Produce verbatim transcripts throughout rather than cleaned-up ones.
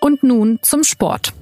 Und nun zum Sport.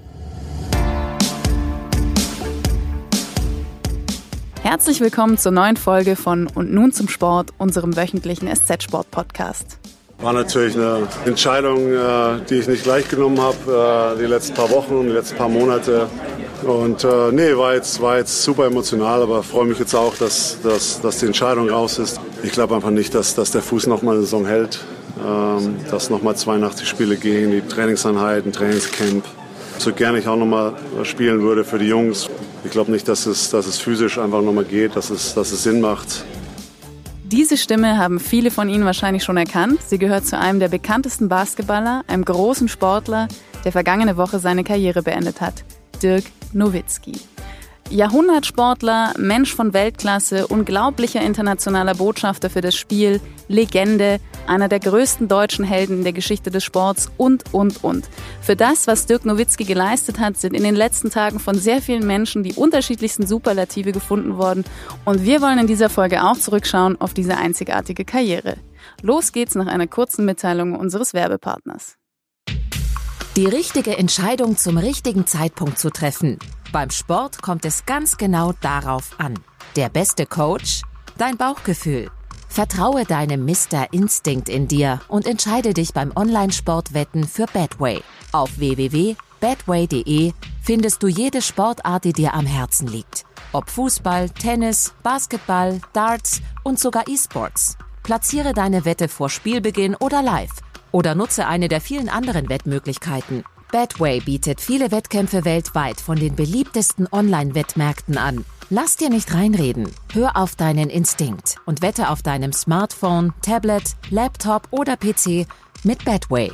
Herzlich willkommen zur neuen Folge von Und nun zum Sport, unserem wöchentlichen S Z-Sport-Podcast. War natürlich eine Entscheidung, die ich nicht leicht genommen habe, die letzten paar Wochen und die letzten paar Monate. Und äh, nee, war jetzt, war jetzt super emotional, aber freue mich jetzt auch, dass, dass, dass die Entscheidung raus ist. Ich glaube einfach nicht, dass, dass der Fuß noch mal eine Saison hält, ähm, dass noch mal zweiundachtzig Spiele gehen, die Trainingseinheiten, Trainingscamp. So gerne ich auch noch mal spielen würde für die Jungs. Ich glaube nicht, dass es, dass es physisch einfach noch mal geht, dass es, dass es Sinn macht. Diese Stimme haben viele von Ihnen wahrscheinlich schon erkannt. Sie gehört zu einem der bekanntesten Basketballer, einem großen Sportler, der vergangene Woche seine Karriere beendet hat. Dirk Nowitzki. Jahrhundertsportler, Mensch von Weltklasse, unglaublicher internationaler Botschafter für das Spiel, Legende, einer der größten deutschen Helden in der Geschichte des Sports und, und, und. Für das, was Dirk Nowitzki geleistet hat, sind in den letzten Tagen von sehr vielen Menschen die unterschiedlichsten Superlative gefunden worden. Und wir wollen in dieser Folge auch zurückschauen auf diese einzigartige Karriere. Los geht's nach einer kurzen Mitteilung unseres Werbepartners. Die richtige Entscheidung zum richtigen Zeitpunkt zu treffen. Beim Sport kommt es ganz genau darauf an. Der beste Coach? Dein Bauchgefühl. Vertraue deinem Mister Instinct in dir und entscheide dich beim Online-Sportwetten für Betway. Auf w w w punkt betway punkt de findest du jede Sportart, die dir am Herzen liegt. Ob Fußball, Tennis, Basketball, Darts und sogar E-Sports. Platziere deine Wette vor Spielbeginn oder live. Oder nutze eine der vielen anderen Wettmöglichkeiten. Betway bietet viele Wettkämpfe weltweit von den beliebtesten Online-Wettmärkten an. Lass dir nicht reinreden. Hör auf deinen Instinkt und wette auf deinem Smartphone, Tablet, Laptop oder P C mit Betway.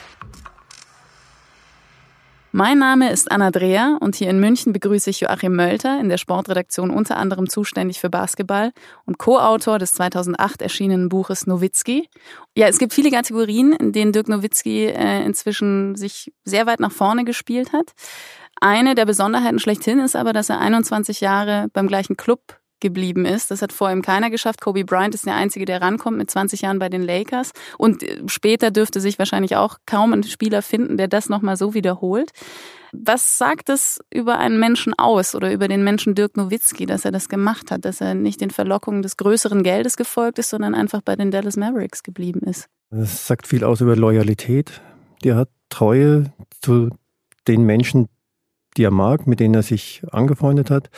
Mein Name ist Anna Dreher und hier in München begrüße ich Joachim Mölter, in der Sportredaktion unter anderem zuständig für Basketball und Co-Autor des zweitausendacht erschienenen Buches Nowitzki. Ja, es gibt viele Kategorien, in denen Dirk Nowitzki äh, inzwischen sich sehr weit nach vorne gespielt hat. Eine der Besonderheiten schlechthin ist aber, dass er einundzwanzig Jahre beim gleichen Club geblieben ist. Das hat vor ihm keiner geschafft. Kobe Bryant ist der Einzige, der rankommt mit zwanzig Jahren bei den Lakers. Und später dürfte sich wahrscheinlich auch kaum ein Spieler finden, der das nochmal so wiederholt. Was sagt es über einen Menschen aus oder über den Menschen Dirk Nowitzki, dass er das gemacht hat, dass er nicht den Verlockungen des größeren Geldes gefolgt ist, sondern einfach bei den Dallas Mavericks geblieben ist? Das sagt viel aus über Loyalität. Der hat Treue zu den Menschen, die er mag, mit denen er sich angefreundet hat,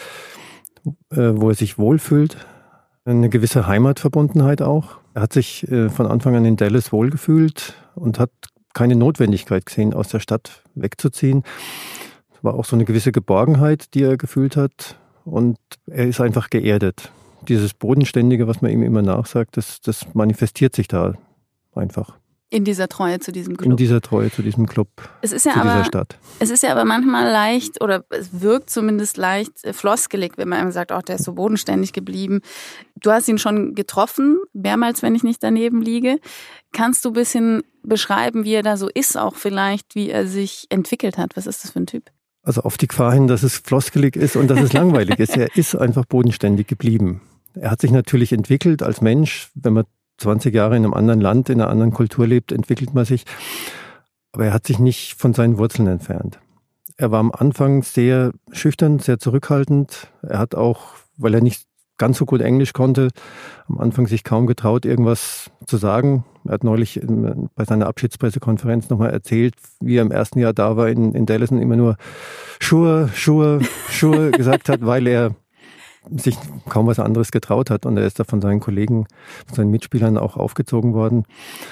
wo er sich wohlfühlt, eine gewisse Heimatverbundenheit auch. Er hat sich von Anfang an in Dallas wohlgefühlt und hat keine Notwendigkeit gesehen, aus der Stadt wegzuziehen. Es war auch so eine gewisse Geborgenheit, die er gefühlt hat, und er ist einfach geerdet. Dieses Bodenständige, was man ihm immer nachsagt, das, das manifestiert sich da einfach. In dieser Treue zu diesem Club. In dieser Treue zu diesem Club, es ist ja zu aber, dieser Stadt. Es ist ja aber manchmal leicht, oder es wirkt zumindest leicht floskelig, wenn man einem sagt, oh, der ist so bodenständig geblieben. Du hast ihn schon getroffen, mehrmals, wenn ich nicht daneben liege. Kannst du ein bisschen beschreiben, wie er da so ist, auch vielleicht, wie er sich entwickelt hat? Was ist das für ein Typ? Also auf die Gefahr hin, dass es floskelig ist und dass es langweilig ist. Er ist einfach bodenständig geblieben. Er hat sich natürlich entwickelt als Mensch, wenn man zwanzig Jahre in einem anderen Land, in einer anderen Kultur lebt, entwickelt man sich. Aber er hat sich nicht von seinen Wurzeln entfernt. Er war am Anfang sehr schüchtern, sehr zurückhaltend. Er hat auch, weil er nicht ganz so gut Englisch konnte, am Anfang sich kaum getraut, irgendwas zu sagen. Er hat neulich in, bei seiner Abschiedspressekonferenz nochmal erzählt, wie er im ersten Jahr da war in, in Dallas und immer nur Schuhe, Schuhe, Schuhe gesagt hat, weil er sich kaum was anderes getraut hat, und er ist da von seinen Kollegen, von seinen Mitspielern auch aufgezogen worden.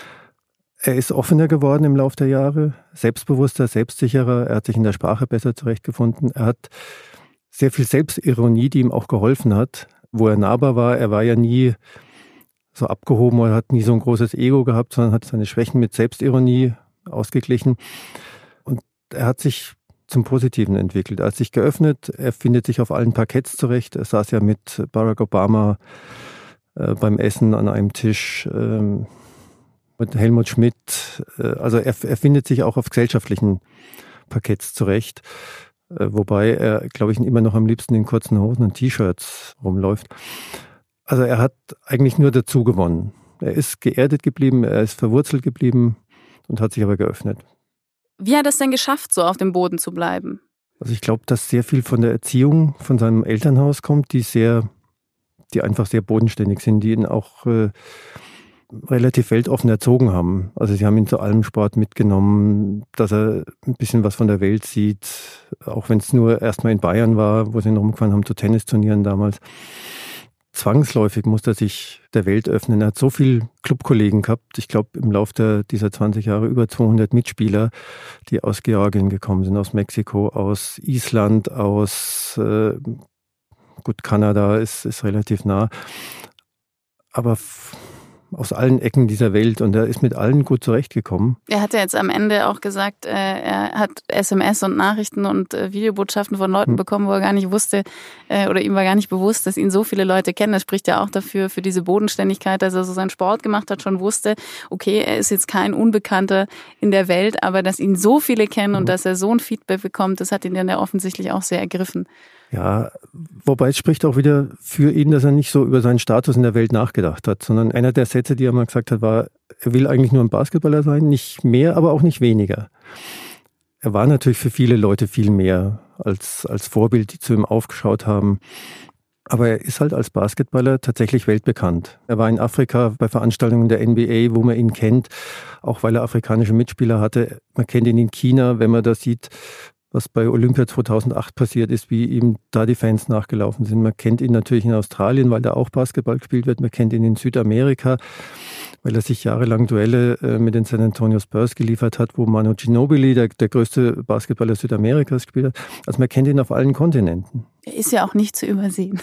Er ist offener geworden im Laufe der Jahre, selbstbewusster, selbstsicherer, er hat sich in der Sprache besser zurechtgefunden, er hat sehr viel Selbstironie, die ihm auch geholfen hat, wo er nahbar war. Er war ja nie so abgehoben oder hat nie so ein großes Ego gehabt, sondern hat seine Schwächen mit Selbstironie ausgeglichen, und er hat sich zum Positiven entwickelt. Er hat sich geöffnet, er findet sich auf allen Parketts zurecht. Er saß ja mit Barack Obama äh, beim Essen an einem Tisch, ähm, mit Helmut Schmidt. Äh, also er, er findet sich auch auf gesellschaftlichen Parketts zurecht, äh, wobei er, glaube ich, immer noch am liebsten in kurzen Hosen und T-Shirts rumläuft. Also er hat eigentlich nur dazu gewonnen. Er ist geerdet geblieben, er ist verwurzelt geblieben und hat sich aber geöffnet. Wie hat er es denn geschafft, so auf dem Boden zu bleiben? Also ich glaube, dass sehr viel von der Erziehung von seinem Elternhaus kommt, die sehr, die einfach sehr bodenständig sind, die ihn auch äh, relativ weltoffen erzogen haben. Also sie haben ihn zu allem Sport mitgenommen, dass er ein bisschen was von der Welt sieht, auch wenn es nur erstmal in Bayern war, wo sie ihn rumgefahren haben zu Tennisturnieren damals. Zwangsläufig musste er sich der Welt öffnen. Er hat so viele Clubkollegen gehabt. Ich glaube, im Laufe der, dieser zwanzig Jahre über zweihundert Mitspieler, die aus Georgien gekommen sind, aus Mexiko, aus Island, aus, äh, gut, Kanada ist, ist relativ nah. Aber f- aus allen Ecken dieser Welt, und er ist mit allen gut zurechtgekommen. Er hat ja jetzt am Ende auch gesagt, äh, er hat S M S und Nachrichten und äh, Videobotschaften von Leuten hm. bekommen, wo er gar nicht wusste, äh, oder ihm war gar nicht bewusst, dass ihn so viele Leute kennen. Das spricht ja auch dafür, für diese Bodenständigkeit, dass er so seinen Sport gemacht hat, schon wusste, okay, er ist jetzt kein Unbekannter in der Welt, aber dass ihn so viele kennen hm. und dass er so ein Feedback bekommt, das hat ihn dann ja offensichtlich auch sehr ergriffen. Ja, wobei es spricht auch wieder für ihn, dass er nicht so über seinen Status in der Welt nachgedacht hat, sondern einer der Sätze, die er mal gesagt hat, war, er will eigentlich nur ein Basketballer sein, nicht mehr, aber auch nicht weniger. Er war natürlich für viele Leute viel mehr als, als Vorbild, die zu ihm aufgeschaut haben. Aber er ist halt als Basketballer tatsächlich weltbekannt. Er war in Afrika bei Veranstaltungen der N B A, wo man ihn kennt, auch weil er afrikanische Mitspieler hatte. Man kennt ihn in China, wenn man da sieht, was bei Olympia zweitausendacht passiert ist, wie ihm da die Fans nachgelaufen sind. Man kennt ihn natürlich in Australien, weil da auch Basketball gespielt wird. Man kennt ihn in Südamerika, weil er sich jahrelang Duelle äh, mit den San Antonio Spurs geliefert hat, wo Manu Ginobili, der, der größte Basketballer Südamerikas, gespielt hat. Also man kennt ihn auf allen Kontinenten. Er ist ja auch nicht zu übersehen.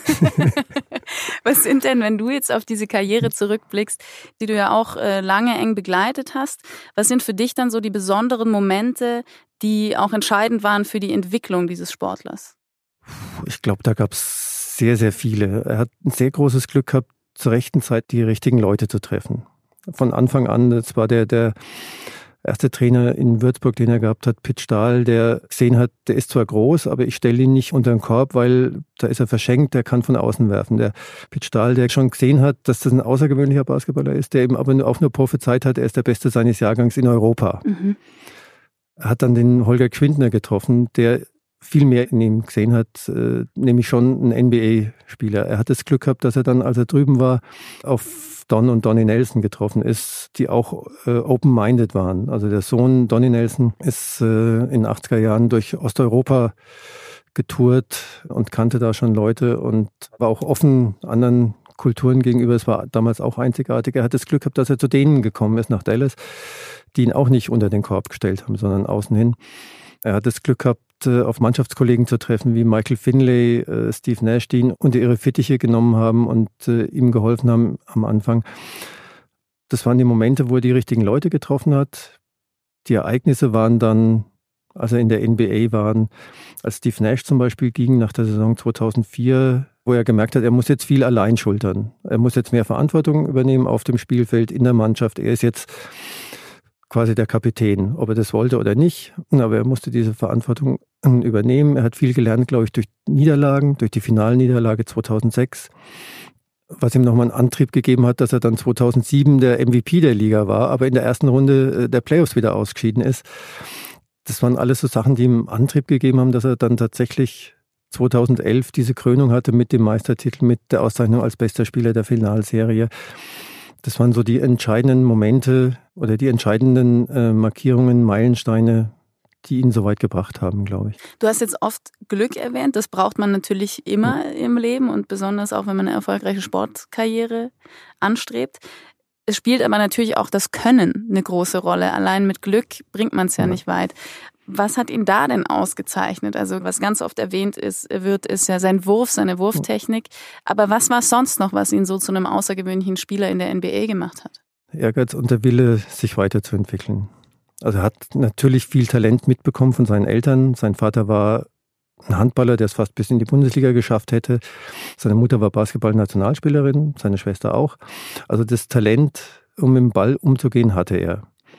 Was sind denn, wenn du jetzt auf diese Karriere zurückblickst, die du ja auch äh, lange eng begleitet hast, was sind für dich dann so die besonderen Momente, die auch entscheidend waren für die Entwicklung dieses Sportlers? Ich glaube, da gab es sehr, sehr viele. Er hat ein sehr großes Glück gehabt, zur rechten Zeit die richtigen Leute zu treffen. Von Anfang an, das war der, der erste Trainer in Würzburg, den er gehabt hat, Pitt Stahl, der gesehen hat, der ist zwar groß, aber ich stelle ihn nicht unter den Korb, weil da ist er verschenkt, der kann von außen werfen. Der Pitt Stahl, der schon gesehen hat, dass das ein außergewöhnlicher Basketballer ist, der eben aber auch nur prophezeit hat, er ist der Beste seines Jahrgangs in Europa. Mhm. Er hat dann den Holger Quintner getroffen, der viel mehr in ihm gesehen hat, äh, nämlich schon ein N B A-Spieler. Er hat das Glück gehabt, dass er dann, als er drüben war, auf Don und Donnie Nelson getroffen ist, die auch äh, open-minded waren. Also der Sohn Donnie Nelson ist äh, in den achtziger Jahren durch Osteuropa getourt und kannte da schon Leute und war auch offen anderen Kulturen gegenüber. Es war damals auch einzigartig. Er hat das Glück gehabt, dass er zu denen gekommen ist, nach Dallas, die ihn auch nicht unter den Korb gestellt haben, sondern außen hin. Er hat das Glück gehabt, auf Mannschaftskollegen zu treffen, wie Michael Finley, Steve Nash, die ihn unter ihre Fittiche genommen haben und ihm geholfen haben am Anfang. Das waren die Momente, wo er die richtigen Leute getroffen hat. Die Ereignisse waren dann, als er in der N B A war, als Steve Nash zum Beispiel ging nach der Saison zweitausendvier, wo er gemerkt hat, er muss jetzt viel allein schultern. Er muss jetzt mehr Verantwortung übernehmen auf dem Spielfeld, in der Mannschaft. Er ist jetzt quasi der Kapitän, ob er das wollte oder nicht. Aber er musste diese Verantwortung übernehmen. Er hat viel gelernt, glaube ich, durch Niederlagen, durch die Finalniederlage zweitausendsechs, was ihm nochmal einen Antrieb gegeben hat, dass er dann zweitausendsieben der M V P der Liga war, aber in der ersten Runde der Playoffs wieder ausgeschieden ist. Das waren alles so Sachen, die ihm Antrieb gegeben haben, dass er dann tatsächlich zweitausendelf diese Krönung hatte mit dem Meistertitel, mit der Auszeichnung als bester Spieler der Finalserie. Das waren so die entscheidenden Momente oder die entscheidenden äh, Markierungen, Meilensteine, die ihn so weit gebracht haben, glaube ich. Du hast jetzt oft Glück erwähnt. Das braucht man natürlich immer mhm. im Leben und besonders auch, wenn man eine erfolgreiche Sportkarriere anstrebt. Es spielt aber natürlich auch das Können eine große Rolle. Allein mit Glück bringt man es ja, ja nicht weit. Was hat ihn da denn ausgezeichnet? Also was ganz oft erwähnt ist, wird, ist ja sein Wurf, seine Wurftechnik. Aber was war es sonst noch, was ihn so zu einem außergewöhnlichen Spieler in der N B A gemacht hat? Ehrgeiz und der Wille, sich weiterzuentwickeln. Also er hat natürlich viel Talent mitbekommen von seinen Eltern. Sein Vater war ein Handballer, der es fast bis in die Bundesliga geschafft hätte. Seine Mutter war Basketball-Nationalspielerin, seine Schwester auch. Also das Talent, um mit dem Ball umzugehen, hatte er.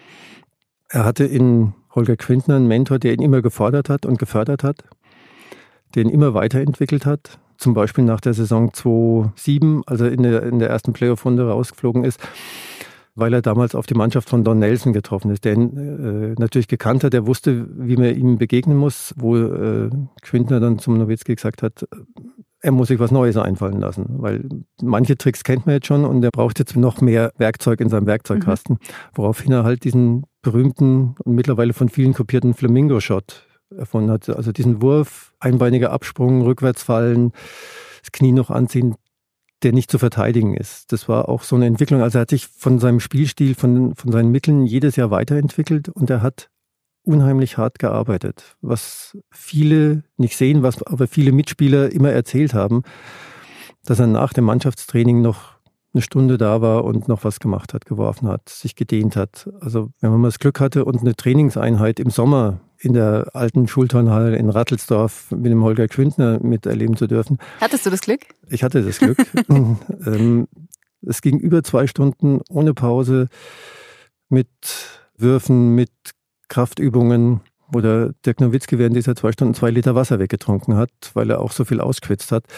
Er hatte in Holger Quintner einen Mentor, der ihn immer gefordert hat und gefördert hat, der ihn immer weiterentwickelt hat. Zum Beispiel nach der Saison zweitausendsieben, als er in der, in der ersten Playoff-Runde rausgeflogen ist, weil er damals auf die Mannschaft von Don Nelson getroffen ist, der ihn äh, natürlich gekannt hat, der wusste, wie man ihm begegnen muss, wo äh, Quintner dann zum Nowitzki gesagt hat, er muss sich was Neues einfallen lassen, weil manche Tricks kennt man jetzt schon und er braucht jetzt noch mehr Werkzeug in seinem Werkzeugkasten, mhm. woraufhin er halt diesen berühmten und mittlerweile von vielen kopierten Flamingo-Shot erfunden hat. Also diesen Wurf, einbeiniger Absprung, rückwärts fallen, das Knie noch anziehen, der nicht zu verteidigen ist. Das war auch so eine Entwicklung. Also er hat sich von seinem Spielstil, von, von seinen Mitteln jedes Jahr weiterentwickelt und er hat unheimlich hart gearbeitet. Was viele nicht sehen, was aber viele Mitspieler immer erzählt haben, dass er nach dem Mannschaftstraining noch eine Stunde da war und noch was gemacht hat, geworfen hat, sich gedehnt hat. Also wenn man mal das Glück hatte und eine Trainingseinheit im Sommer in der alten Schulturnhalle in Rattelsdorf mit dem Holger Quintner miterleben zu dürfen. Hattest du das Glück? Ich hatte das Glück. ähm, es ging über zwei Stunden ohne Pause mit Würfen, mit Kraftübungen, wo der Dirk Nowitzki während dieser zwei Stunden zwei Liter Wasser weggetrunken hat, weil er auch so viel ausgeschwitzt hat.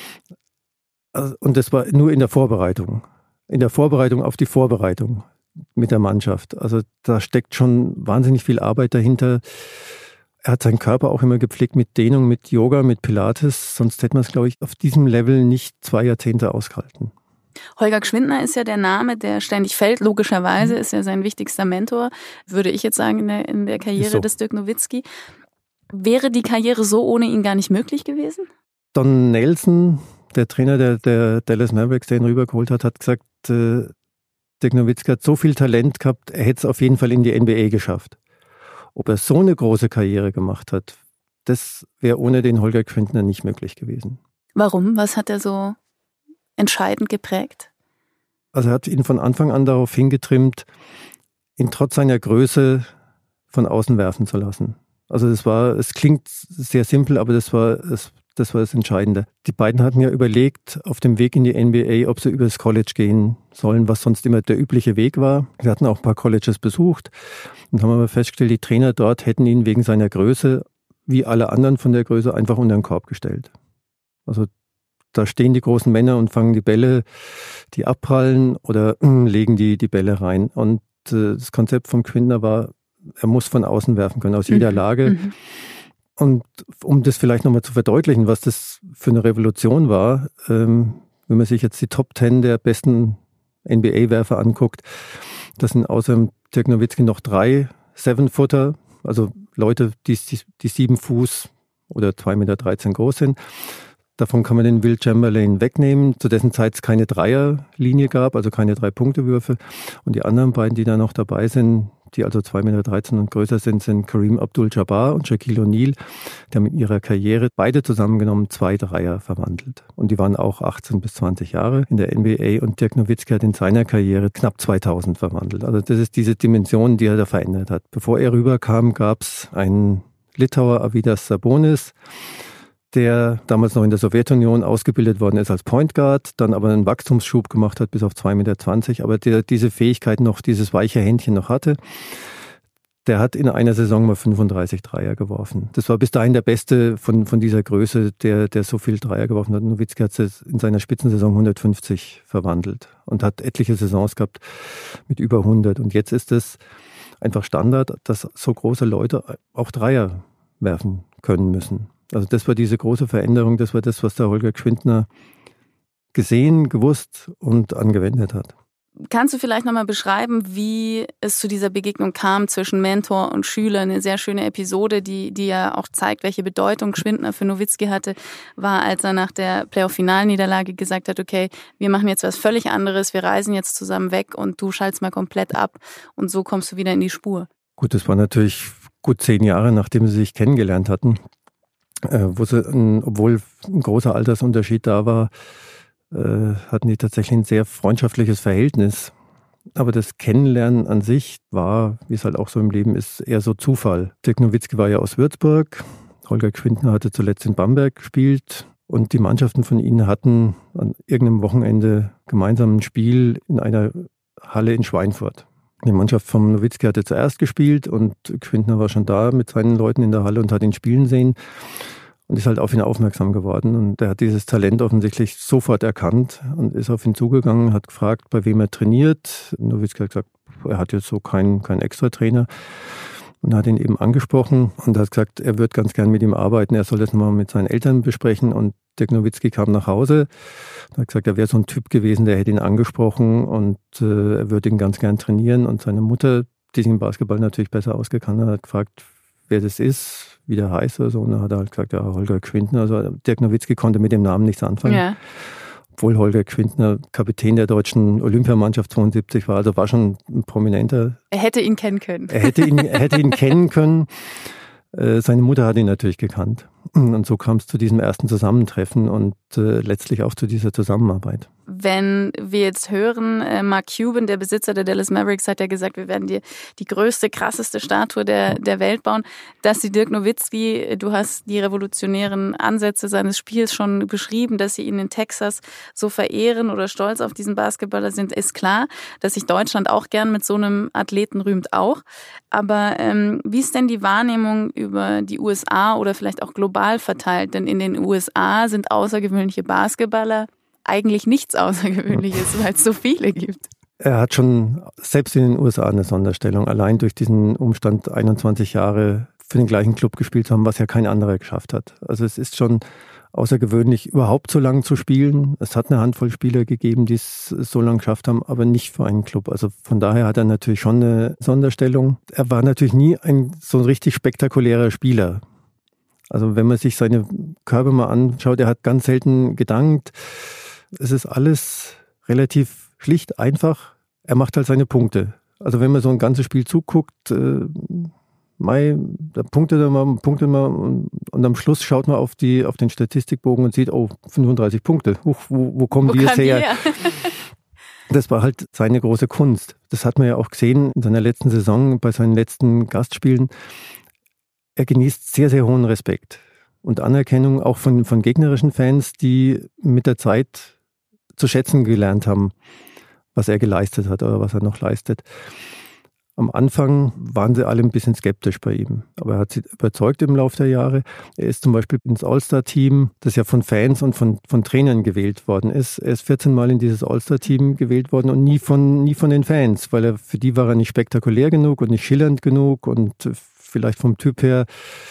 Und das war nur in der Vorbereitung. In der Vorbereitung auf die Vorbereitung mit der Mannschaft. Also da steckt schon wahnsinnig viel Arbeit dahinter. Er hat seinen Körper auch immer gepflegt mit Dehnung, mit Yoga, mit Pilates. Sonst hätte man es, glaube ich, auf diesem Level nicht zwei Jahrzehnte ausgehalten. Holger Quintner ist ja der Name, der ständig fällt. Logischerweise ist er sein wichtigster Mentor, würde ich jetzt sagen, in der, in der Karriere so. des Dirk Nowitzki. Wäre die Karriere so ohne ihn gar nicht möglich gewesen? Don Nelson, der Trainer der, der Dallas Mavericks, der ihn rübergeholt hat, hat gesagt, äh, Dirk Nowitzki hat so viel Talent gehabt, er hätte es auf jeden Fall in die N B A geschafft. Ob er so eine große Karriere gemacht hat, das wäre ohne den Holger Quintner nicht möglich gewesen. Warum? Was hat er so entscheidend geprägt? Also er hat ihn von Anfang an darauf hingetrimmt, ihn trotz seiner Größe von außen werfen zu lassen. Also das war, es klingt sehr simpel, aber das war, das, das war das Entscheidende. Die beiden hatten ja überlegt, auf dem Weg in die N B A, ob sie übers College gehen sollen, was sonst immer der übliche Weg war. Wir hatten auch ein paar Colleges besucht und haben aber festgestellt, die Trainer dort hätten ihn wegen seiner Größe, wie alle anderen von der Größe, einfach unter den Korb gestellt. Also da stehen die großen Männer und fangen die Bälle, die abprallen oder äh, legen die, die Bälle rein. Und äh, das Konzept vom Quintner war, er muss von außen werfen können, aus jeder mhm. Lage. Mhm. Und um das vielleicht nochmal zu verdeutlichen, was das für eine Revolution war, ähm, wenn man sich jetzt die Top Ten der besten N B A-Werfer anguckt, das sind außer Dirk Nowitzki noch drei Seven-Footer, also Leute, die, die, die sieben Fuß oder zwei Meter dreizehn groß sind. Davon kann man den Will Chamberlain wegnehmen, zu dessen Zeit es keine Dreierlinie gab, also keine Drei-Punkte-Würfe. Und die anderen beiden, die da noch dabei sind, die also zwei Meter dreizehn und größer sind, sind Kareem Abdul-Jabbar und Shaquille O'Neal. Die haben in ihrer Karriere beide zusammengenommen zwei Dreier verwandelt. Und die waren auch achtzehn bis zwanzig Jahre in der N B A und Dirk Nowitzki hat in seiner Karriere knapp zweitausend verwandelt. Also das ist diese Dimension, die er da verändert hat. Bevor er rüberkam, gab es einen Litauer, Arvydas Sabonis, der damals noch in der Sowjetunion ausgebildet worden ist als Point Guard, dann aber einen Wachstumsschub gemacht hat bis auf zwei Meter zwanzig, aber der diese Fähigkeit noch, dieses weiche Händchen noch hatte. Der hat in einer Saison mal fünfunddreißig Dreier geworfen. Das war bis dahin der Beste von, von dieser Größe, der, der so viel Dreier geworfen hat. Nowitzki hat es in seiner Spitzensaison hundertfünfzig verwandelt und hat etliche Saisons gehabt mit über hundert. Und jetzt ist es einfach Standard, dass so große Leute auch Dreier werfen können müssen. Also das war diese große Veränderung, das war das, was der Holger Quintner gesehen, gewusst und angewendet hat. Kannst du vielleicht nochmal beschreiben, wie es zu dieser Begegnung kam zwischen Mentor und Schüler? Eine sehr schöne Episode, die, die ja auch zeigt, welche Bedeutung Quintner für Nowitzki hatte, war, als er nach der Playoff-Finalniederlage gesagt hat, okay, wir machen jetzt was völlig anderes, wir reisen jetzt zusammen weg und du schaltest mal komplett ab und so kommst du wieder in die Spur. Gut, das war natürlich gut zehn Jahre, nachdem sie sich kennengelernt hatten. Äh, wo sie, ein, obwohl ein großer Altersunterschied da war, äh, hatten die tatsächlich ein sehr freundschaftliches Verhältnis. Aber das Kennenlernen an sich war, wie es halt auch so im Leben ist, eher so Zufall. Dirk Nowitzki war ja aus Würzburg, Holger Quintner hatte zuletzt in Bamberg gespielt und die Mannschaften von ihnen hatten an irgendeinem Wochenende gemeinsam ein Spiel in einer Halle in Schweinfurt. Die Mannschaft vom Nowitzki hatte zuerst gespielt und Quintner war schon da mit seinen Leuten in der Halle und hat ihn spielen sehen. und ist halt auf ihn aufmerksam geworden. Und er hat dieses Talent offensichtlich sofort erkannt und ist auf ihn zugegangen, hat gefragt, bei wem er trainiert. Nowitzki hat gesagt, er hat jetzt so keinen, keinen Extra-Trainer. Und hat ihn eben angesprochen und hat gesagt, er würde ganz gern mit ihm arbeiten. Er soll das nochmal mit seinen Eltern besprechen. Und Dirk Nowitzki kam nach Hause und hat gesagt, er wäre so ein Typ gewesen, der hätte ihn angesprochen und äh, er würde ihn ganz gern trainieren. Und seine Mutter, die sich im Basketball natürlich besser ausgekannt hat, hat gefragt, wer das ist, wie der heißt oder so. Und dann hat er halt gesagt, ja, Holger Gschwindtner. Also Dirk Nowitzki konnte mit dem Namen nichts anfangen. Ja. Obwohl Holger Gschwindtner Kapitän der deutschen Olympiamannschaft zweiundsiebzig war, also war schon ein prominenter. Er hätte ihn kennen können. Er hätte ihn, er hätte ihn kennen können. Seine Mutter hat ihn natürlich gekannt. Und so kam es zu diesem ersten Zusammentreffen und äh, letztlich auch zu dieser Zusammenarbeit. Wenn wir jetzt hören, äh, Mark Cuban, der Besitzer der Dallas Mavericks, hat ja gesagt, wir werden dir die größte, krasseste Statue der, der Welt bauen. Dass sie Dirk Nowitzki, du hast die revolutionären Ansätze seines Spiels schon beschrieben, dass sie ihn in Texas so verehren oder stolz auf diesen Basketballer sind, ist klar. Dass sich Deutschland auch gern mit so einem Athleten rühmt auch. Aber ähm, wie ist denn die Wahrnehmung über die U S A oder vielleicht auch global verteilt? Denn in den U S A sind außergewöhnliche Basketballer eigentlich nichts Außergewöhnliches, weil es so viele gibt. Er hat schon selbst in den U S A eine Sonderstellung, allein durch diesen Umstand einundzwanzig Jahre für den gleichen Club gespielt zu haben, was ja kein anderer geschafft hat. Also es ist schon außergewöhnlich, überhaupt so lange zu spielen. Es hat eine Handvoll Spieler gegeben, die es so lange geschafft haben, aber nicht für einen Club. Also von daher hat er natürlich schon eine Sonderstellung. Er war natürlich nie ein so ein richtig spektakulärer Spieler. Also wenn man sich seine Körbe mal anschaut, er hat ganz selten gedankt. Es ist alles relativ schlicht, einfach. Er macht halt seine Punkte. Also wenn man so ein ganzes Spiel zuguckt, äh, Mai, da punktet er mal, punktet mal und, und am Schluss schaut man auf die auf den Statistikbogen und sieht, oh, fünfunddreißig Punkte. Huch, wo, wo kommen wo die jetzt her? her? Das war halt seine große Kunst. Das hat man ja auch gesehen in seiner letzten Saison, bei seinen letzten Gastspielen. Er genießt sehr, sehr hohen Respekt und Anerkennung auch von, von gegnerischen Fans, die mit der Zeit zu schätzen gelernt haben, was er geleistet hat oder was er noch leistet. Am Anfang waren sie alle ein bisschen skeptisch bei ihm, aber er hat sie überzeugt im Laufe der Jahre. Er ist zum Beispiel ins All-Star-Team, das ja von Fans und von, von Trainern gewählt worden ist. Er ist vierzehn Mal in dieses All-Star-Team gewählt worden und nie von, nie von den Fans, weil er, für die war er nicht spektakulär genug und nicht schillernd genug und vielleicht vom Typ her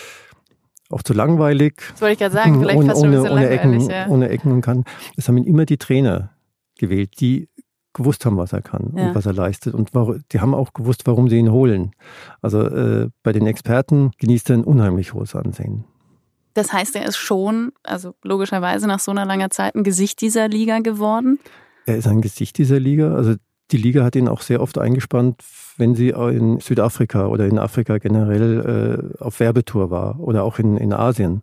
auch zu langweilig. Das wollte ich gerade sagen, vielleicht ohne, fast schon ein bisschen ohne langweilig. Ecken, ja. Ohne Ecken und Kanten. Es haben ihn immer die Trainer gewählt, die gewusst haben, was er kann ja. und was er leistet. Und war, die haben auch gewusst, warum sie ihn holen. Also äh, bei den Experten genießt er ein unheimlich hohes Ansehen. Das heißt, er ist schon, also logischerweise nach so einer langen Zeit, ein Gesicht dieser Liga geworden? Er ist ein Gesicht dieser Liga. Also die Liga hat ihn auch sehr oft eingespannt, wenn sie in Südafrika oder in Afrika generell äh, auf Werbetour war oder auch in, in Asien.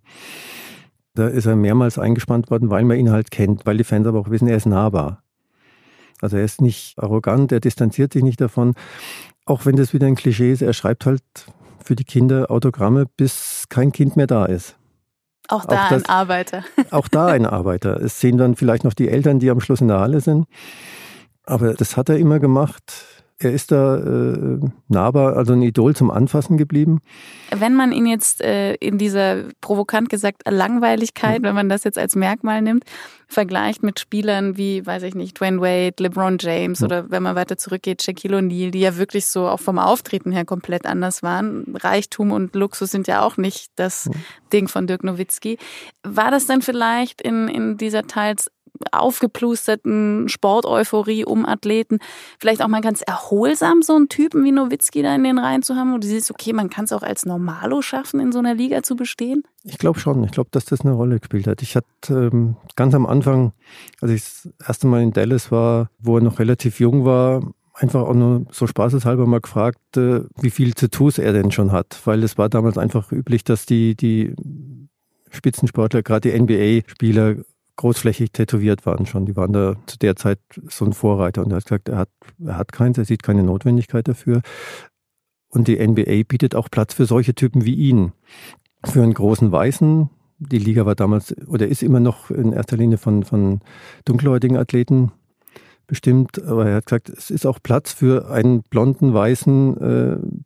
Da ist er mehrmals eingespannt worden, weil man ihn halt kennt, weil die Fans aber auch wissen, er ist nahbar. Also er ist nicht arrogant, er distanziert sich nicht davon. Auch wenn das wieder ein Klischee ist, er schreibt halt für die Kinder Autogramme, bis kein Kind mehr da ist. Auch da auch das, ein Arbeiter. Auch da ein Arbeiter. Es sehen dann vielleicht noch die Eltern, die am Schluss in der Halle sind. Aber das hat er immer gemacht. Er ist da äh, nahbar, also ein Idol zum Anfassen geblieben. Wenn man ihn jetzt äh, in dieser, provokant gesagt, Langweiligkeit, mhm. wenn man das jetzt als Merkmal nimmt, vergleicht mit Spielern wie, weiß ich nicht, Dwayne Wade, LeBron James mhm. oder wenn man weiter zurückgeht, Shaquille O'Neal, die ja wirklich so auch vom Auftreten her komplett anders waren. Reichtum und Luxus sind ja auch nicht das mhm. Ding von Dirk Nowitzki. War das dann vielleicht in, in dieser teils aufgeplusterten Sporteuphorie um Athleten vielleicht auch mal ganz erholsam, so einen Typen wie Nowitzki da in den Reihen zu haben, wo du siehst, okay, man kann es auch als Normalo schaffen, in so einer Liga zu bestehen? Ich glaube schon. Ich glaube, dass das eine Rolle gespielt hat. Ich hatte ähm, ganz am Anfang, als ich das erste Mal in Dallas war, wo er noch relativ jung war, einfach auch nur so spaßeshalber mal gefragt, äh, wie viel Tattoos er denn schon hat. Weil es war damals einfach üblich, dass die, die Spitzensportler, gerade die N B A-Spieler, großflächig tätowiert waren schon. Die waren da zu der Zeit so ein Vorreiter. Und er hat gesagt, er hat, er hat keins, er sieht keine Notwendigkeit dafür. Und die N B A bietet auch Platz für solche Typen wie ihn. Für einen großen Weißen. Die Liga war damals oder ist immer noch in erster Linie von, von dunkelhäutigen Athleten bestimmt. Aber er hat gesagt, es ist auch Platz für einen blonden Weißen, äh,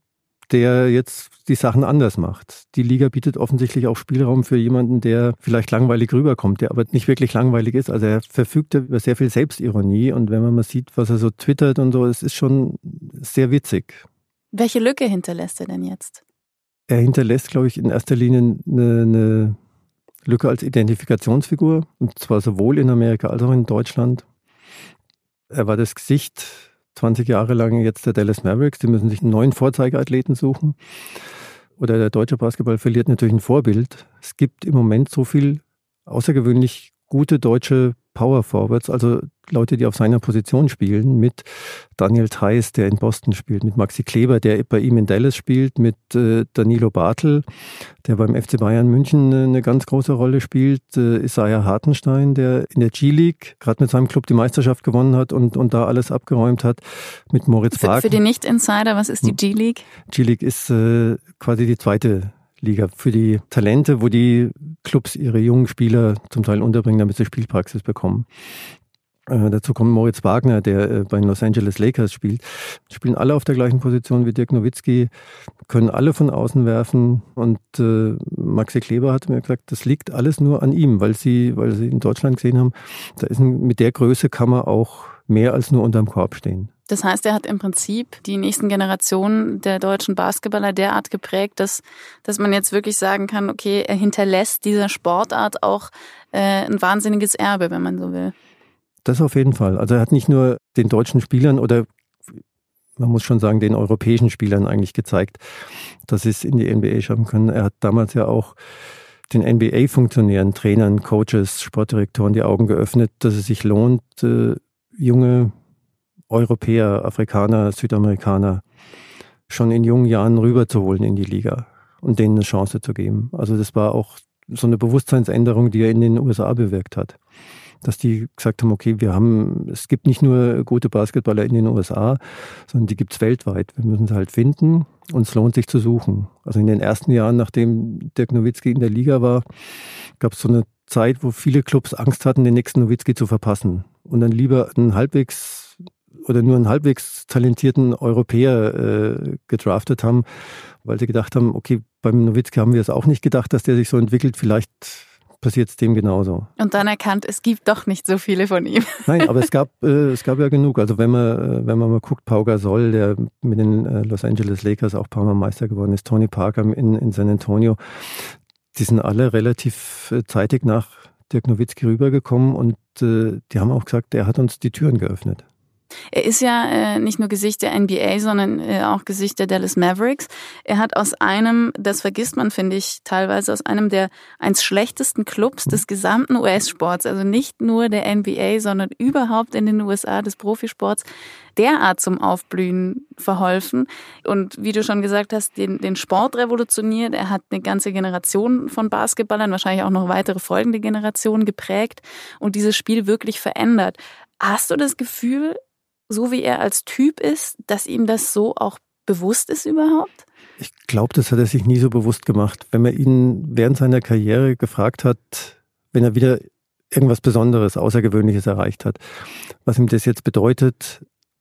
der jetzt die Sachen anders macht. Die Liga bietet offensichtlich auch Spielraum für jemanden, der vielleicht langweilig rüberkommt, der aber nicht wirklich langweilig ist. Also er verfügt über sehr viel Selbstironie und wenn man mal sieht, was er so twittert und so, es ist schon sehr witzig. Welche Lücke hinterlässt er denn jetzt? Er hinterlässt, glaube ich, in erster Linie eine, eine Lücke als Identifikationsfigur, und zwar sowohl in Amerika als auch in Deutschland. Er war das Gesicht zwanzig Jahre lang jetzt der Dallas Mavericks, die müssen sich einen neuen Vorzeigeathleten suchen. Oder der deutsche Basketball verliert natürlich ein Vorbild. Es gibt im Moment so viel außergewöhnlich gute deutsche Power Forwards, also Leute, die auf seiner Position spielen, mit Daniel Theis, der in Boston spielt, mit Maxi Kleber, der bei ihm in Dallas spielt, mit äh, Danilo Bartel, der beim F C Bayern München eine ganz große Rolle spielt, äh, Isaiah Hartenstein, der in der G-League gerade mit seinem Club die Meisterschaft gewonnen hat und, und da alles abgeräumt hat, mit Moritz Wagner. Für, für die Nicht-Insider, was ist die G-League? G-League ist äh, quasi die zweite Liga für die Talente, wo die Clubs ihre jungen Spieler zum Teil unterbringen, damit sie Spielpraxis bekommen. Äh, dazu kommt Moritz Wagner, der äh, bei den Los Angeles Lakers spielt. Spielen alle auf der gleichen Position wie Dirk Nowitzki, können alle von außen werfen und äh, Maxi Kleber hat mir gesagt, das liegt alles nur an ihm, weil sie, weil sie in Deutschland gesehen haben, da ist ein, mit der Größe kann man auch mehr als nur unterm Korb stehen. Das heißt, er hat im Prinzip die nächsten Generationen der deutschen Basketballer derart geprägt, dass, dass man jetzt wirklich sagen kann, okay, er hinterlässt dieser Sportart auch äh, ein wahnsinniges Erbe, wenn man so will. Das auf jeden Fall. Also er hat nicht nur den deutschen Spielern oder man muss schon sagen, den europäischen Spielern eigentlich gezeigt, dass sie es in die N B A schaffen können. Er hat damals ja auch den N B A-Funktionären, Trainern, Coaches, Sportdirektoren die Augen geöffnet, dass es sich lohnt, äh, junge Europäer, Afrikaner, Südamerikaner schon in jungen Jahren rüberzuholen in die Liga und denen eine Chance zu geben. Also das war auch so eine Bewusstseinsänderung, die er in den U S A bewirkt hat. Dass die gesagt haben, okay, wir haben, es gibt nicht nur gute Basketballer in den U S A, sondern die gibt es weltweit. Wir müssen sie halt finden und es lohnt sich zu suchen. Also in den ersten Jahren, nachdem Dirk Nowitzki in der Liga war, gab es so eine Zeit, wo viele Clubs Angst hatten, den nächsten Nowitzki zu verpassen und dann lieber einen halbwegs oder nur einen halbwegs talentierten Europäer äh, gedraftet haben, weil sie gedacht haben, okay, beim Nowitzki haben wir es auch nicht gedacht, dass der sich so entwickelt, vielleicht passiert es dem genauso. Und dann erkannt, es gibt doch nicht so viele von ihm. Nein, aber es gab äh, es gab ja genug. Also wenn man äh, wenn man mal guckt, Pau Gasol, der mit den äh, Los Angeles Lakers auch ein paar Mal Meister geworden ist, Tony Parker in, in San Antonio, die sind alle relativ äh, zeitig nach Dirk Nowitzki rübergekommen und äh, die haben auch gesagt, er hat uns die Türen geöffnet. Er ist ja äh, nicht nur Gesicht der N B A, sondern äh, auch Gesicht der Dallas Mavericks. Er hat aus einem, das vergisst man, finde ich, teilweise aus einem der eins schlechtesten Clubs des gesamten U S-Sports, also nicht nur der N B A, sondern überhaupt in den U S A des Profisports, derart zum Aufblühen verholfen. Und wie du schon gesagt hast, den, den Sport revolutioniert. Er hat eine ganze Generation von Basketballern, wahrscheinlich auch noch weitere folgende Generationen geprägt und dieses Spiel wirklich verändert. Hast du das Gefühl, so wie er als Typ ist, dass ihm das so auch bewusst ist überhaupt? Ich glaube, das hat er sich nie so bewusst gemacht. Wenn man ihn während seiner Karriere gefragt hat, wenn er wieder irgendwas Besonderes, Außergewöhnliches erreicht hat, was ihm das jetzt bedeutet,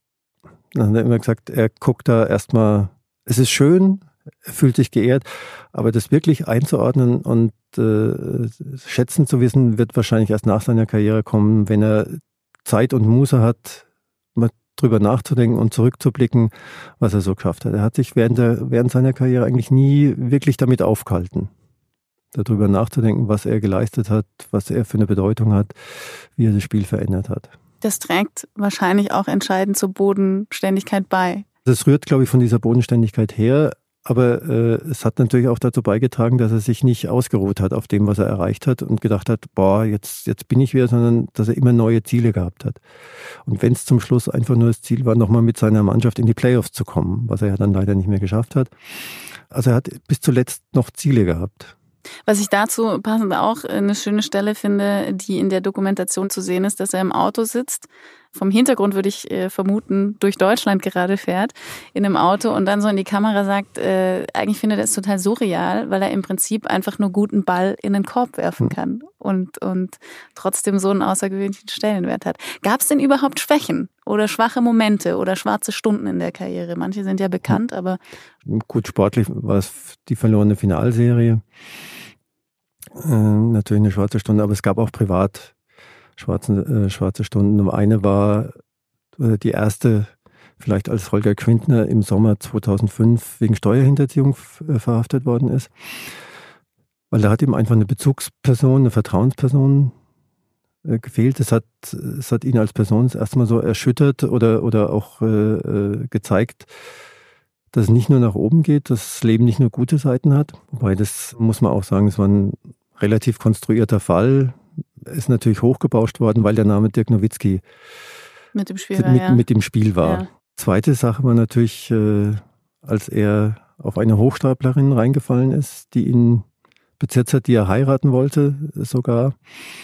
dann hat er immer gesagt, er guckt da erstmal, es ist schön, er fühlt sich geehrt, aber das wirklich einzuordnen und äh, schätzen zu wissen, wird wahrscheinlich erst nach seiner Karriere kommen, wenn er Zeit und Muße hat, mal drüber nachzudenken und zurückzublicken, was er so geschafft hat. Er hat sich während, der, während seiner Karriere eigentlich nie wirklich damit aufgehalten, darüber nachzudenken, was er geleistet hat, was er für eine Bedeutung hat, wie er das Spiel verändert hat. Das trägt wahrscheinlich auch entscheidend zur Bodenständigkeit bei. Das rührt, glaube ich, von dieser Bodenständigkeit her. Aber äh, es hat natürlich auch dazu beigetragen, dass er sich nicht ausgeruht hat auf dem, was er erreicht hat und gedacht hat, boah, jetzt, jetzt bin ich wieder, sondern dass er immer neue Ziele gehabt hat. Und wenn es zum Schluss einfach nur das Ziel war, nochmal mit seiner Mannschaft in die Playoffs zu kommen, was er ja dann leider nicht mehr geschafft hat. Also er hat bis zuletzt noch Ziele gehabt. Was ich dazu passend auch eine schöne Stelle finde, die in der Dokumentation zu sehen ist, dass er im Auto sitzt vom Hintergrund würde ich äh, vermuten, durch Deutschland gerade fährt in einem Auto und dann so in die Kamera sagt, äh, eigentlich findet er es total surreal, weil er im Prinzip einfach nur guten Ball in den Korb werfen kann und, und trotzdem so einen außergewöhnlichen Stellenwert hat. Gab es denn überhaupt Schwächen oder schwache Momente oder schwarze Stunden in der Karriere? Manche sind ja bekannt, aber... Gut, sportlich war es die verlorene Finalserie. Äh, natürlich eine schwarze Stunde, aber es gab auch privat Schwarze, äh, schwarze Stunden. Eine war äh, die erste, vielleicht als Holger Quintner im Sommer zweitausendfünf wegen Steuerhinterziehung f- äh, verhaftet worden ist. Weil da hat ihm einfach eine Bezugsperson, eine Vertrauensperson äh, gefehlt. Es hat, es hat ihn als Person erstmal so erschüttert oder, oder auch äh, äh, gezeigt, dass es nicht nur nach oben geht, dass das Leben nicht nur gute Seiten hat. Wobei, das muss man auch sagen, es war ein relativ konstruierter Fall. Ist natürlich hochgebauscht worden, weil der Name Dirk Nowitzki mit dem Spiel war. Mit, ja. mit dem Spiel war. Ja. Zweite Sache war natürlich, äh, als er auf eine Hochstaplerin reingefallen ist, die ihn bezirzt hat, die er heiraten wollte sogar,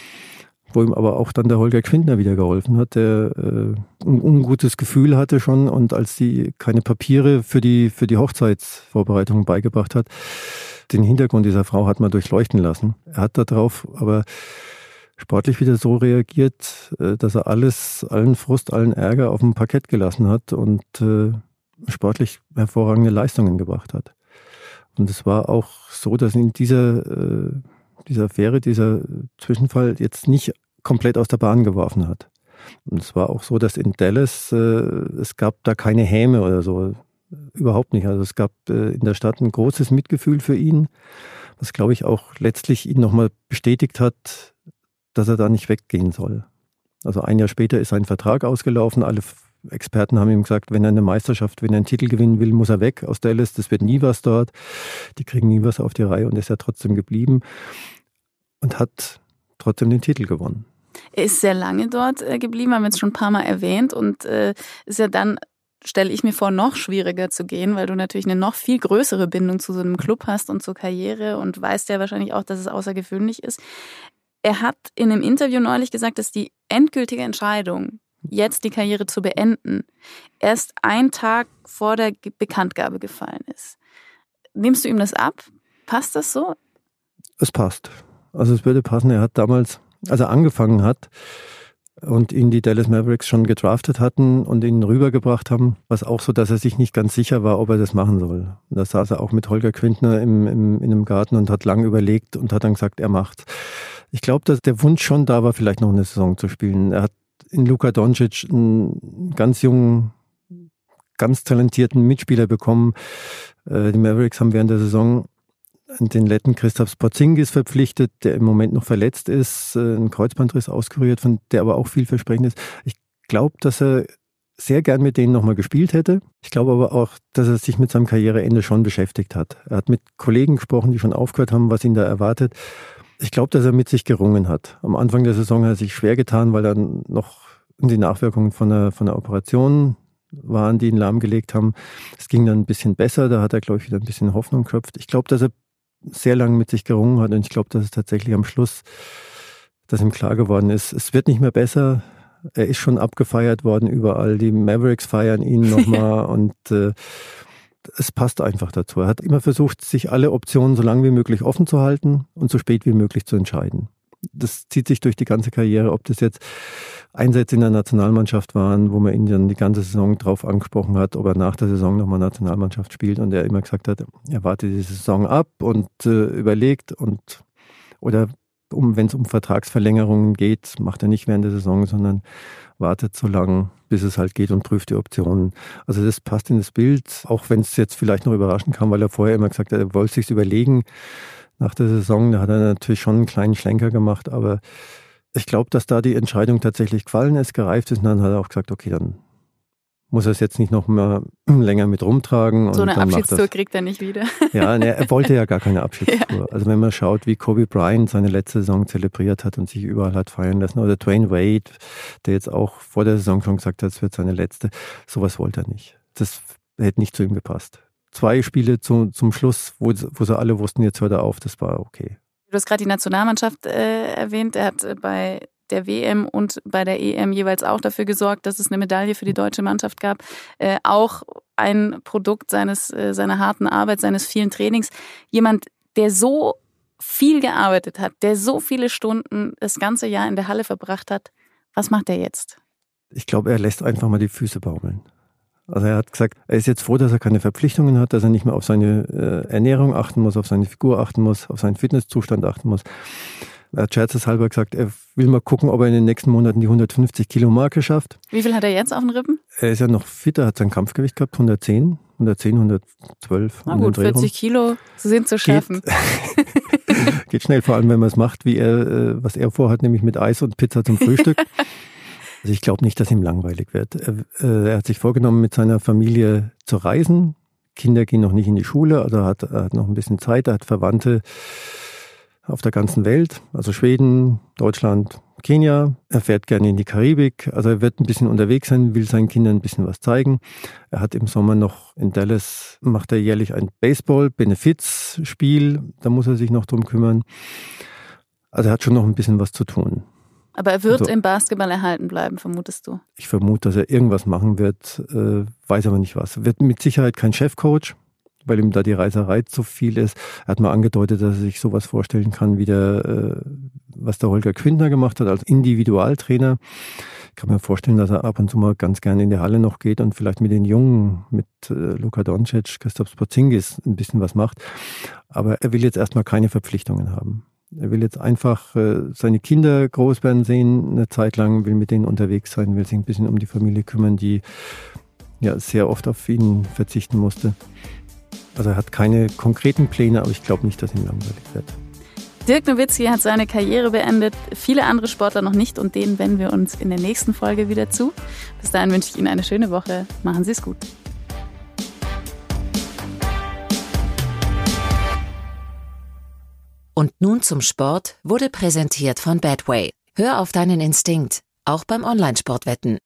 wo ihm aber auch dann der Holger Quintner wieder geholfen hat, der äh, ein ungutes Gefühl hatte schon und als sie keine Papiere für die, für die Hochzeitsvorbereitung beigebracht hat, den Hintergrund dieser Frau hat man durchleuchten lassen. Er hat darauf aber sportlich wieder so reagiert, dass er alles, allen Frust, allen Ärger auf dem Parkett gelassen hat und äh, sportlich hervorragende Leistungen gebracht hat. Und es war auch so, dass ihn dieser, äh, diese Affäre, dieser Zwischenfall jetzt nicht komplett aus der Bahn geworfen hat. Und es war auch so, dass in Dallas, äh, es gab da keine Häme oder so, überhaupt nicht. Also es gab äh, in der Stadt ein großes Mitgefühl für ihn, was glaube ich auch letztlich ihn nochmal bestätigt hat, dass er da nicht weggehen soll. Also ein Jahr später ist sein Vertrag ausgelaufen. Alle Experten haben ihm gesagt, wenn er eine Meisterschaft, wenn er einen Titel gewinnen will, muss er weg aus Dallas. Das wird nie was dort. Die kriegen nie was auf die Reihe und ist ja trotzdem geblieben und hat trotzdem den Titel gewonnen. Er ist sehr lange dort äh, geblieben, haben wir jetzt schon ein paar Mal erwähnt und äh, ist ja dann, stelle ich mir vor, noch schwieriger zu gehen, weil du natürlich eine noch viel größere Bindung zu so einem Club hast und zur Karriere und weißt ja wahrscheinlich auch, dass es außergewöhnlich ist. Er hat in einem Interview neulich gesagt, dass die endgültige Entscheidung, jetzt die Karriere zu beenden, erst ein Tag vor der Bekanntgabe gefallen ist. Nimmst du ihm das ab? Passt das so? Es passt. Also es würde passen. Er hat damals, als er angefangen hat und ihn die Dallas Mavericks schon gedraftet hatten und ihn rübergebracht haben, war es auch so, dass er sich nicht ganz sicher war, ob er das machen soll. Und da saß er auch mit Holger Quintner im, im, in einem Garten und hat lang überlegt und hat dann gesagt, er macht's. Ich glaube, dass der Wunsch schon da war, vielleicht noch eine Saison zu spielen. Er hat in Luka Doncic einen ganz jungen, ganz talentierten Mitspieler bekommen. Die Mavericks haben während der Saison den Letten Kristaps Porzingis verpflichtet, der im Moment noch verletzt ist, ein Kreuzbandriss auskuriert, von der aber auch vielversprechend ist. Ich glaube, dass er sehr gern mit denen nochmal gespielt hätte. Ich glaube aber auch, dass er sich mit seinem Karriereende schon beschäftigt hat. Er hat mit Kollegen gesprochen, die schon aufgehört haben, was ihn da erwartet. Ich glaube, dass er mit sich gerungen hat. Am Anfang der Saison hat er sich schwer getan, weil dann noch die Nachwirkungen von der, von der Operation waren, die ihn lahmgelegt haben. Es ging dann ein bisschen besser, da hat er, glaube ich, wieder ein bisschen Hoffnung geköpft. Ich glaube, dass er sehr lange mit sich gerungen hat und ich glaube, dass es tatsächlich am Schluss, dass ihm klar geworden ist, es wird nicht mehr besser. Er ist schon abgefeiert worden überall. Die Mavericks feiern ihn nochmal und äh, es passt einfach dazu. Er hat immer versucht, sich alle Optionen so lange wie möglich offen zu halten und so spät wie möglich zu entscheiden. Das zieht sich durch die ganze Karriere, ob das jetzt Einsätze in der Nationalmannschaft waren, wo man ihn dann die ganze Saison drauf angesprochen hat, ob er nach der Saison nochmal Nationalmannschaft spielt und er immer gesagt hat, er wartet die Saison ab und äh, überlegt und oder um, wenn es um Vertragsverlängerungen geht, macht er nicht während der Saison, sondern wartet so lange, bis es halt geht und prüft die Optionen. Also das passt in das Bild, auch wenn es jetzt vielleicht noch überraschend kam, weil er vorher immer gesagt hat, er wollte sich's überlegen. Nach der Saison, da hat er natürlich schon einen kleinen Schlenker gemacht, aber ich glaube, dass da die Entscheidung tatsächlich gefallen ist, gereift ist und dann hat er auch gesagt, okay, dann muss er es jetzt nicht noch mal länger mit rumtragen. So und eine dann Abschiedstour kriegt er nicht wieder. Ja, ne, er wollte ja gar keine Abschiedstour. Ja. Also wenn man schaut, wie Kobe Bryant seine letzte Saison zelebriert hat und sich überall hat feiern lassen, oder Dwayne Wade, der jetzt auch vor der Saison schon gesagt hat, es wird seine letzte, sowas wollte er nicht. Das hätte nicht zu ihm gepasst. Zwei Spiele zu, zum Schluss, wo, wo sie alle wussten, jetzt hört er auf, das war okay. Du hast gerade die Nationalmannschaft äh, erwähnt. Er hat äh, bei der W M und bei der E M jeweils auch dafür gesorgt, dass es eine Medaille für die deutsche Mannschaft gab. Äh, auch ein Produkt seines, äh, seiner harten Arbeit, seines vielen Trainings. Jemand, der so viel gearbeitet hat, der so viele Stunden das ganze Jahr in der Halle verbracht hat. Was macht er jetzt? Ich glaube, er lässt einfach mal die Füße baumeln. Also er hat gesagt, er ist jetzt froh, dass er keine Verpflichtungen hat, dass er nicht mehr auf seine äh, Ernährung achten muss, auf seine Figur achten muss, auf seinen Fitnesszustand achten muss. Er hat scherzeshalber gesagt, er will mal gucken, ob er in den nächsten Monaten die hundertfünfzig Kilo Marke schafft. Wie viel hat er jetzt auf den Rippen? Er ist ja noch fit, er hat sein Kampfgewicht gehabt, hundertzehn, hundertzehn, hundertzwölf. Na gut, vierzig Kilo sind zu schaffen. Geht, geht schnell, vor allem wenn man es macht, wie er, was er vorhat, nämlich mit Eis und Pizza zum Frühstück. Also ich glaube nicht, dass ihm langweilig wird. Er, äh, er hat sich vorgenommen, mit seiner Familie zu reisen. Kinder gehen noch nicht in die Schule, also hat, er hat noch ein bisschen Zeit. Er hat Verwandte auf der ganzen Welt, also Schweden, Deutschland, Kenia. Er fährt gerne in die Karibik. Also er wird ein bisschen unterwegs sein, will seinen Kindern ein bisschen was zeigen. Er hat im Sommer noch in Dallas, macht er jährlich ein Baseball-Benefizspiel. Da muss er sich noch drum kümmern. Also er hat schon noch ein bisschen was zu tun. Aber er wird also, im Basketball erhalten bleiben, vermutest du? Ich vermute, dass er irgendwas machen wird, äh, weiß aber nicht was. Wird mit Sicherheit kein Chefcoach, weil ihm da die Reiserei zu viel ist. Er hat mal angedeutet, dass er sich sowas vorstellen kann, wie der, äh, was der Holger Quintner gemacht hat als Individualtrainer. Ich kann mir vorstellen, dass er ab und zu mal ganz gerne in die Halle noch geht und vielleicht mit den Jungen, mit äh, Luka Doncic, Kristaps Porzingis ein bisschen was macht. Aber er will jetzt erstmal keine Verpflichtungen haben. Er will jetzt einfach äh, seine Kinder groß werden sehen, eine Zeit lang, will mit denen unterwegs sein, will sich ein bisschen um die Familie kümmern, die ja sehr oft auf ihn verzichten musste. Also er hat keine konkreten Pläne, aber ich glaube nicht, dass ihm langweilig wird. Dirk Nowitzki hat seine Karriere beendet, viele andere Sportler noch nicht und denen wenden wir uns in der nächsten Folge wieder zu. Bis dahin wünsche ich Ihnen eine schöne Woche. Machen Sie es gut. Und nun zum Sport wurde präsentiert von Betway. Hör auf deinen Instinkt, auch beim Online-Sportwetten.